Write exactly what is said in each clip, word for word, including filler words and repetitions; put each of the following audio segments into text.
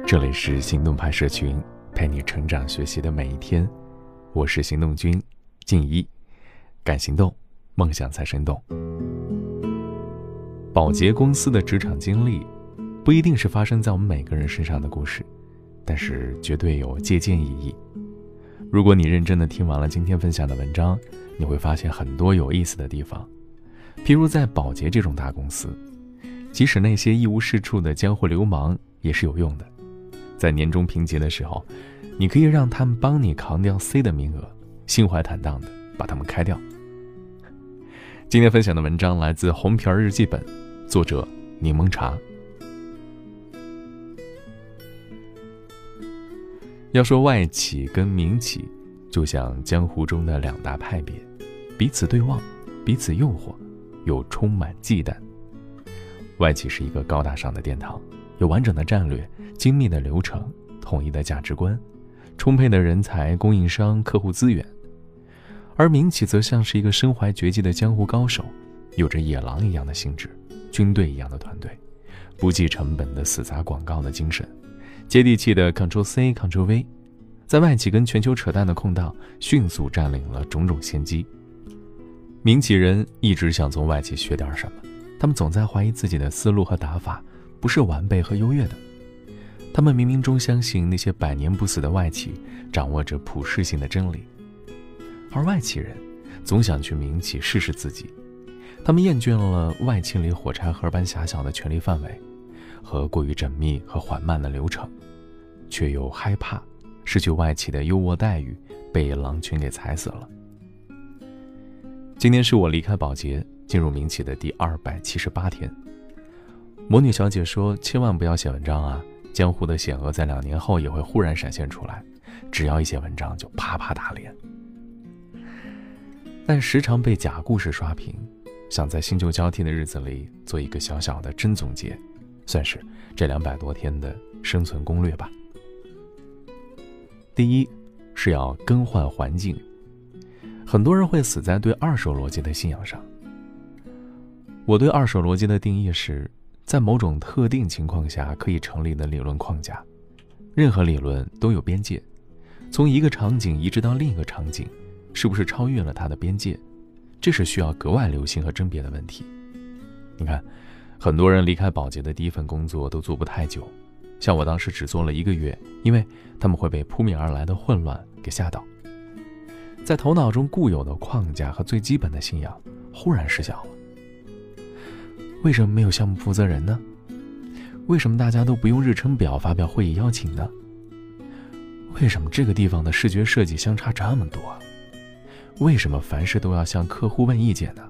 这里是行动派社群，陪你成长学习的每一天。我是行动君静一，敢行动，梦想才生动。宝洁公司的职场经历不一定是发生在我们每个人身上的故事，但是绝对有借鉴意义。如果你认真的听完了今天分享的文章，你会发现很多有意思的地方。譬如在宝洁这种大公司，即使那些一无是处的江湖流氓也是有用的。在年终评级的时候，你可以让他们帮你扛掉 C 的名额，心怀坦荡的把他们开掉。今天分享的文章来自红皮日记本，作者柠檬茶。要说外企跟民企，就像江湖中的两大派别，彼此对望，彼此诱惑，又充满忌惮。外企是一个高大上的殿堂，有完整的战略、精密的流程、统一的价值观、充沛的人才、供应商、客户资源。而民企则像是一个身怀绝技的江湖高手，有着野狼一样的性质，军队一样的团队，不计成本的死砸广告的精神，接地气的 Ctrl C Ctrl V， 在外企跟全球扯淡的空档迅速占领了种种先机。民企人一直想从外企学点什么，他们总在怀疑自己的思路和打法不是完备和优越的。他们冥冥中相信那些百年不死的外企掌握着普世性的真理，而外企人总想去民企试试自己。他们厌倦了外企里火柴盒般狭小的权力范围和过于缜密和缓慢的流程，却又害怕失去外企的优渥待遇，被狼群给踩死了。今天是我离开宝洁进入民企的第二百七十八天。魔女小姐说，千万不要写文章啊，江湖的险恶在两年后也会忽然闪现出来，只要一写文章就啪啪打脸。但时常被假故事刷屏，想在新旧交替的日子里做一个小小的真总结，算是这两百多天的生存攻略吧。第一是要更换环境。很多人会死在对二手逻辑的信仰上。我对二手逻辑的定义是，在某种特定情况下可以成立的理论框架。任何理论都有边界，从一个场景移植到另一个场景，是不是超越了它的边界，这是需要格外留心和甄别的问题。你看，很多人离开宝洁的第一份工作都做不太久，像我当时只做了一个月，因为他们会被扑面而来的混乱给吓倒。在头脑中固有的框架和最基本的信仰忽然失效了。为什么没有项目负责人呢？为什么大家都不用日程表发表会议邀请呢？为什么这个地方的视觉设计相差这么多？为什么凡事都要向客户问意见呢？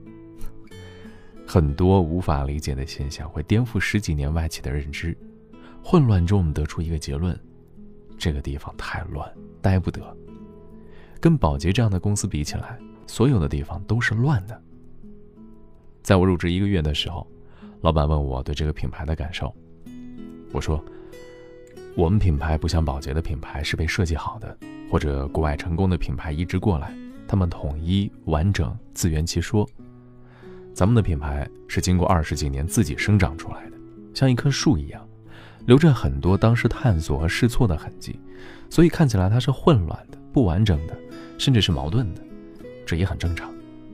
很多无法理解的现象会颠覆十几年外企的认知。混乱中我们得出一个结论，这个地方太乱，待不得。跟宝洁这样的公司比起来，所有的地方都是乱的。在我入职一个月的时候，老板问我对这个品牌的感受。我说，我们品牌不像宝洁的品牌是被设计好的，或者国外成功的品牌移植过来，他们统一完整自圆其说。咱们的品牌是经过二十几年自己生长出来的，像一棵树一样，留着很多当时探索和试错的痕迹，所以看起来它是混乱的、不完整的，甚至是矛盾的，这也很正常。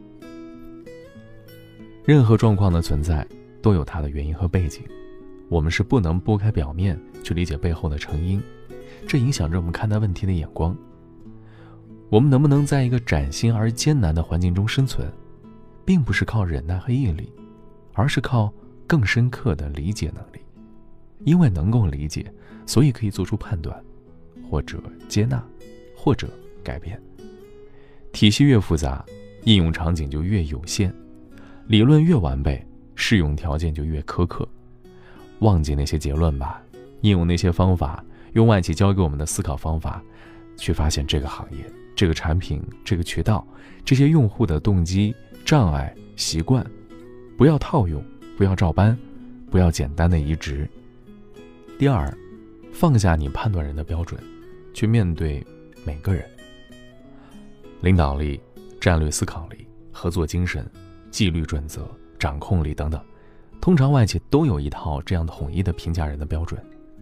任何状况的存在都有它的原因和背景，我们是不能拨开表面去理解背后的成因，这影响着我们看待问题的眼光。我们能不能在一个崭新而艰难的环境中生存，并不是靠忍耐和毅力，而是靠更深刻的理解能力。因为能够理解，所以可以做出判断，或者接纳，或者改变。体系越复杂，应用场景就越有限，理论越完备，适用条件就越苛刻。忘记那些结论吧，应用那些方法，用外企教给我们的思考方法，去发现这个行业、这个产品、这个渠道，这些用户的动机、障碍、习惯。不要套用，不要照搬，不要简单的移植。第二，放下你判断人的标准，去面对每个人。领导力、战略思考力、合作精神、纪律准则、掌控力等等，通常外企都有一套这样统一的评价人的标准。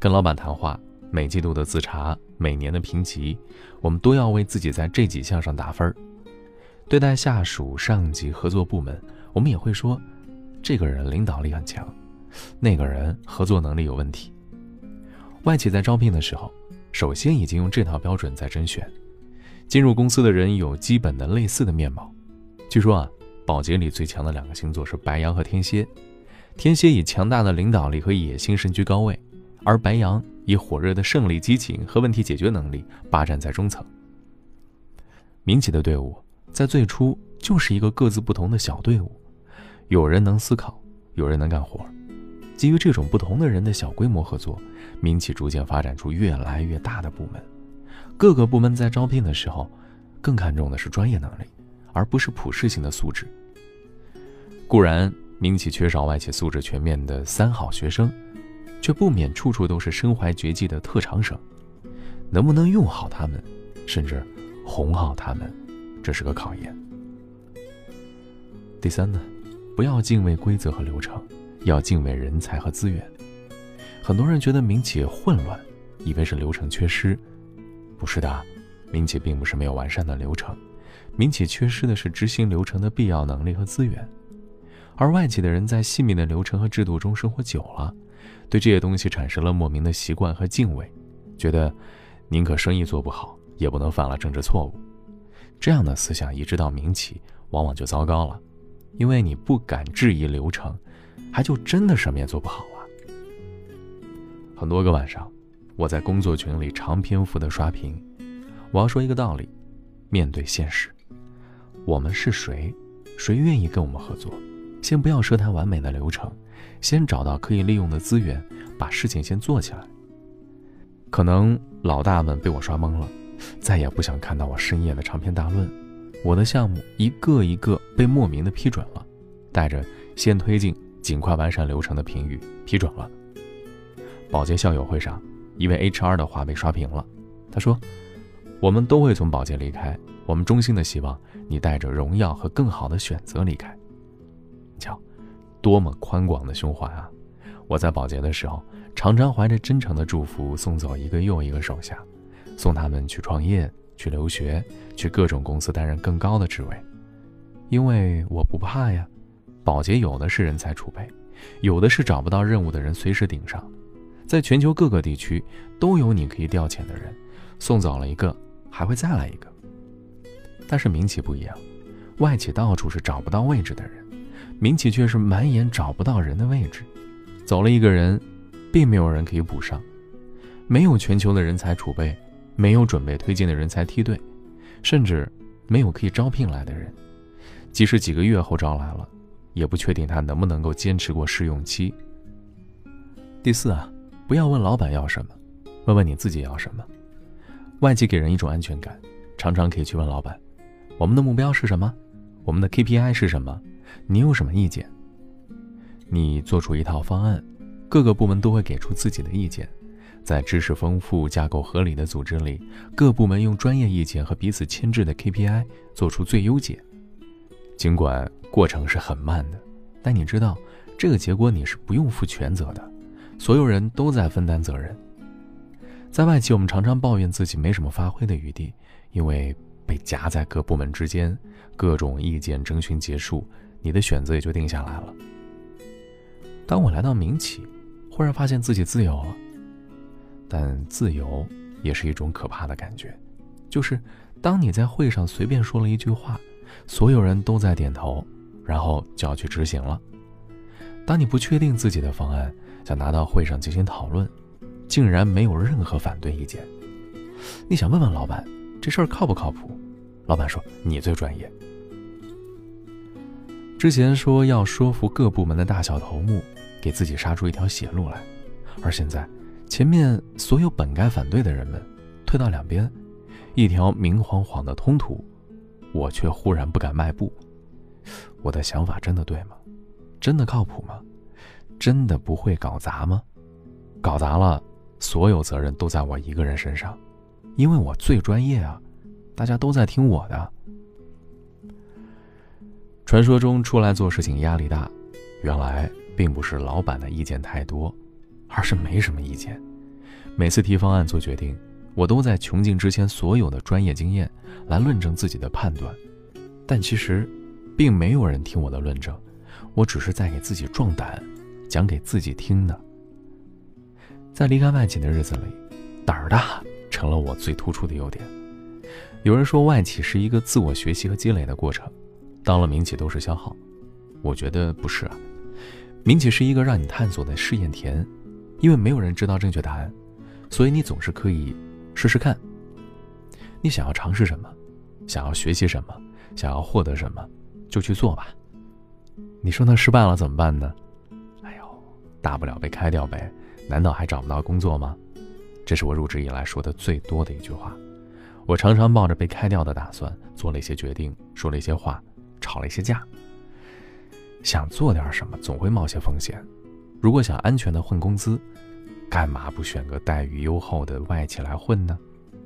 跟老板谈话，每季度的自查，每年的评级，我们都要为自己在这几项上打分。对待下属、上级、合作部门，我们也会说，这个人领导力很强，那个人合作能力有问题。外企在招聘的时候，首先已经用这套标准在甄选。进入公司的人有基本的类似的面貌。据说啊，宝洁里最强的两个星座是白羊和天蝎。天蝎以强大的领导力和野心身居高位，而白羊以火热的胜利激情和问题解决能力霸占在中层。民企的队伍在最初就是一个各自不同的小队伍，有人能思考，有人能干活。基于这种不同的人的小规模合作，民企逐渐发展出越来越大的部门。各个部门在招聘的时候，更看重的是专业能力，而不是普适性的素质。固然民企缺少外企素质全面的三好学生，却不免处处都是身怀绝技的特长生。能不能用好他们，甚至哄好他们，这是个考验。第三呢，不要敬畏规则和流程，要敬畏人才和资源。很多人觉得民企混乱，以为是流程缺失。不是的，民企并不是没有完善的流程，民企缺失的是执行流程的必要能力和资源。而外企的人在细密的流程和制度中生活久了，对这些东西产生了莫名的习惯和敬畏，觉得宁可生意做不好，也不能犯了政治错误。这样的思想移植到民企，往往就糟糕了，因为你不敢质疑流程，还就真的什么也做不好啊。很多个晚上，我在工作群里长篇幅的刷屏，我要说一个道理，面对现实，我们是谁，谁愿意跟我们合作？先不要奢谈完美的流程，先找到可以利用的资源，把事情先做起来。可能老大们被我刷懵了，再也不想看到我深夜的长篇大论。我的项目一个一个被莫名的批准了，带着先推进尽快完善流程的评语批准了。宝洁校友会上，一位 H R 的话被刷屏了，他说，我们都会从宝洁离开，我们衷心的希望你带着荣耀和更好的选择离开。瞧，多么宽广的胸怀啊！我在宝洁的时候，常常怀着真诚的祝福送走一个又一个手下，送他们去创业，去留学，去各种公司担任更高的职位。因为我不怕呀，宝洁有的是人才储备，有的是找不到任务的人随时顶上，在全球各个地区都有你可以调遣的人，送走了一个还会再来一个。但是民企不一样，外企到处是找不到位置的人，民企却是满眼找不到人的位置，走了一个人，并没有人可以补上，没有全球的人才储备，没有准备推进的人才梯队，甚至没有可以招聘来的人，即使几个月后招来了，也不确定他能不能够坚持过试用期。第四啊，不要问老板要什么，问问你自己要什么。外企给人一种安全感，常常可以去问老板，我们的目标是什么？我们的 K P I 是什么？你有什么意见？你做出一套方案，各个部门都会给出自己的意见。在知识丰富、架构合理的组织里，各部门用专业意见和彼此牵制的 K P I 做出最优解。尽管过程是很慢的，但你知道，这个结果你是不用负全责的，所有人都在分担责任。在外企，我们常常抱怨自己没什么发挥的余地，因为被夹在各部门之间，各种意见征询结束，你的选择也就定下来了。当我来到民企，忽然发现自己自由了，但自由也是一种可怕的感觉，就是当你在会上随便说了一句话，所有人都在点头，然后就要去执行了。当你不确定自己的方案，想拿到会上进行讨论，竟然没有任何反对意见。你想问问老板，这事儿靠不靠谱？老板说，你最专业。之前说要说服各部门的大小头目，给自己杀出一条血路来，而现在前面所有本该反对的人们退到两边，一条明晃晃的通途，我却忽然不敢迈步。我的想法真的对吗？真的靠谱吗？真的不会搞砸吗？搞砸了，所有责任都在我一个人身上，因为我最专业啊，大家都在听我的。传说中出来做事情压力大，原来并不是老板的意见太多，而是没什么意见， 每次提方案做决定，我都在穷尽之前所有的专业经验来论证自己的判断，但其实并没有人听我的论证，我只是在给自己壮胆，讲给自己听的。在离开外企的日子里，胆儿大成了我最突出的优点。有人说外企是一个自我学习和积累的过程，到了民企都是消耗。我觉得不是啊，民企是一个让你探索的试验田，因为没有人知道正确答案，所以你总是可以试试看。你想要尝试什么，想要学习什么，想要获得什么，就去做吧。你说那失败了怎么办呢？哎呦，大不了被开掉呗，难道还找不到工作吗？这是我入职以来说的最多的一句话。我常常抱着被开掉的打算，做了一些决定，说了一些话，吵了一些架。想做点什么，总会冒些风险。如果想安全的混工资，干嘛不选个待遇优厚的外企来混呢？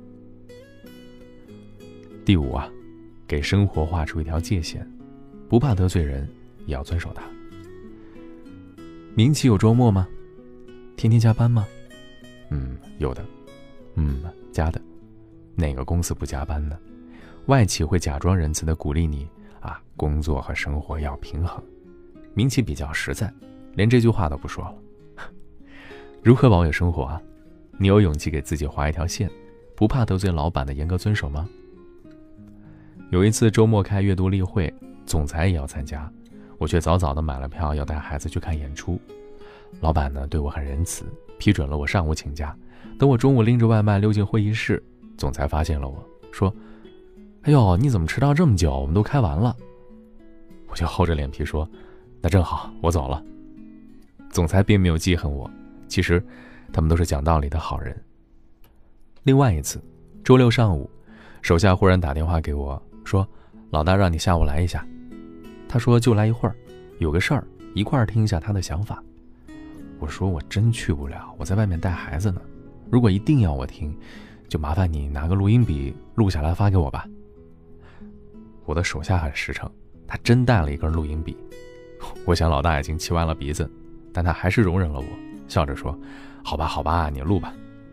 第五啊，给生活画出一条界限，不怕得罪人，也要遵守它。民企有周末吗？天天加班吗？嗯，有的。嗯，加的。哪个公司不加班呢？外企会假装仁慈地鼓励你啊，工作和生活要平衡。民企比较实在，连这句话都不说了。如何保有生活啊？你有勇气给自己画一条线，不怕得罪老板的严格遵守吗？有一次周末开阅读例会，总裁也要参加，我却早早地买了票要带孩子去看演出。老板呢对我很仁慈，批准了我上午请假。等我中午拎着外卖溜进会议室，总裁发现了我，说：哎呦，你怎么迟到这么久？我们都开完了。我就厚着脸皮说：那正好，我走了。总裁并没有记恨我，其实他们都是讲道理的好人。另外一次，周六上午，手下忽然打电话给我，说：老大让你下午来一下。他说就来一会儿，有个事儿，一块儿听一下他的想法。我说我真去不了，我在外面带孩子呢。如果一定要我听，就麻烦你拿个录音笔录下来发给我吧。我的手下很实诚，他真带了一根录音笔。我想老大已经气歪了鼻子，但他还是容忍了我，笑着说：好吧好吧，你录吧。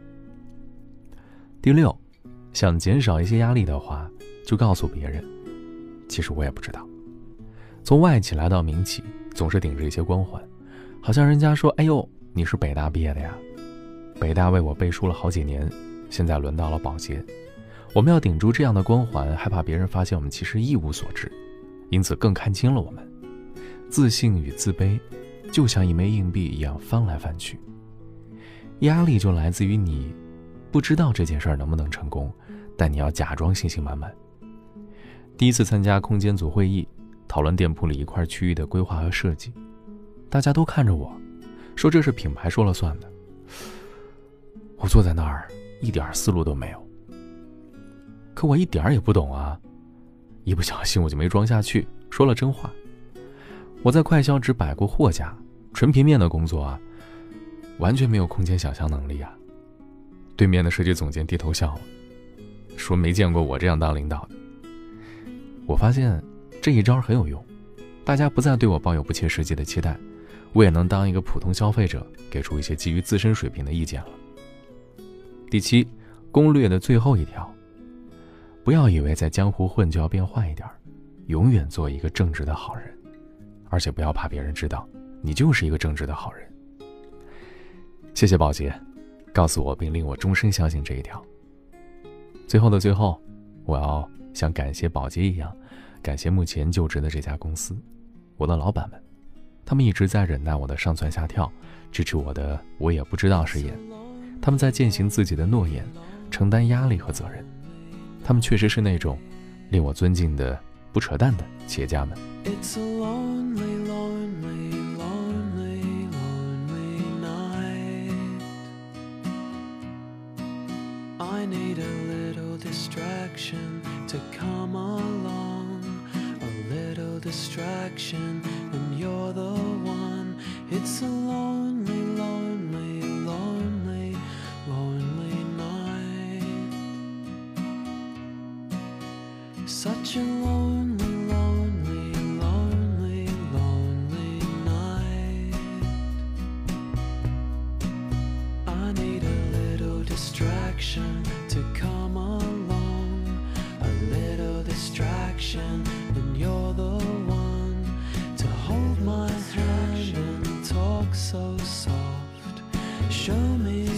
第六，想减少一些压力的话，就告诉别人，其实我也不知道。从外企来到民企，总是顶着一些光环，好像人家说：哎呦，你是北大毕业的呀。北大为我背书了好几年，现在轮到了保洁。我们要顶住这样的光环，害怕别人发现我们其实一无所知，因此更看清了我们。自信与自卑就像一枚硬币一样翻来翻去，压力就来自于你不知道这件事儿能不能成功，但你要假装信心满满。第一次参加空间组会议，讨论店铺里一块区域的规划和设计，大家都看着我，说这是品牌说了算的。我坐在那儿一点思路都没有，可我一点也不懂啊，一不小心我就没装下去，说了真话。我在快销只摆过货架，纯平面的工作啊，完全没有空间想象能力啊。对面的设计总监低头笑了，说没见过我这样当领导的。我发现这一招很有用，大家不再对我抱有不切实际的期待，我也能当一个普通消费者，给出一些基于自身水平的意见了。第七，攻略的最后一条，不要以为在江湖混就要变坏一点，永远做一个正直的好人，而且不要怕别人知道你就是一个正直的好人。谢谢宝洁，告诉我并令我终身相信这一条。最后的最后，我要像感谢宝洁一样，感谢目前就职的这家公司，我的老板们，他们一直在忍耐我的上蹿下跳，支持我的我也不知道誓言。他们在践行自己的诺言，承担压力和责任。他们确实是那种令我尊敬的不扯淡的企业家们。 It's a lonely, lonely, lonely, lonely night. I need a little distraction to come along, a little distraction, and you're the one. It's a lonely, lonely, lonely, lonely night. Such a lonely, lonely, lonely, lonely night. I need a little distraction to come along. A little distraction, and you're the one to hold my hand and talk so soft. Show me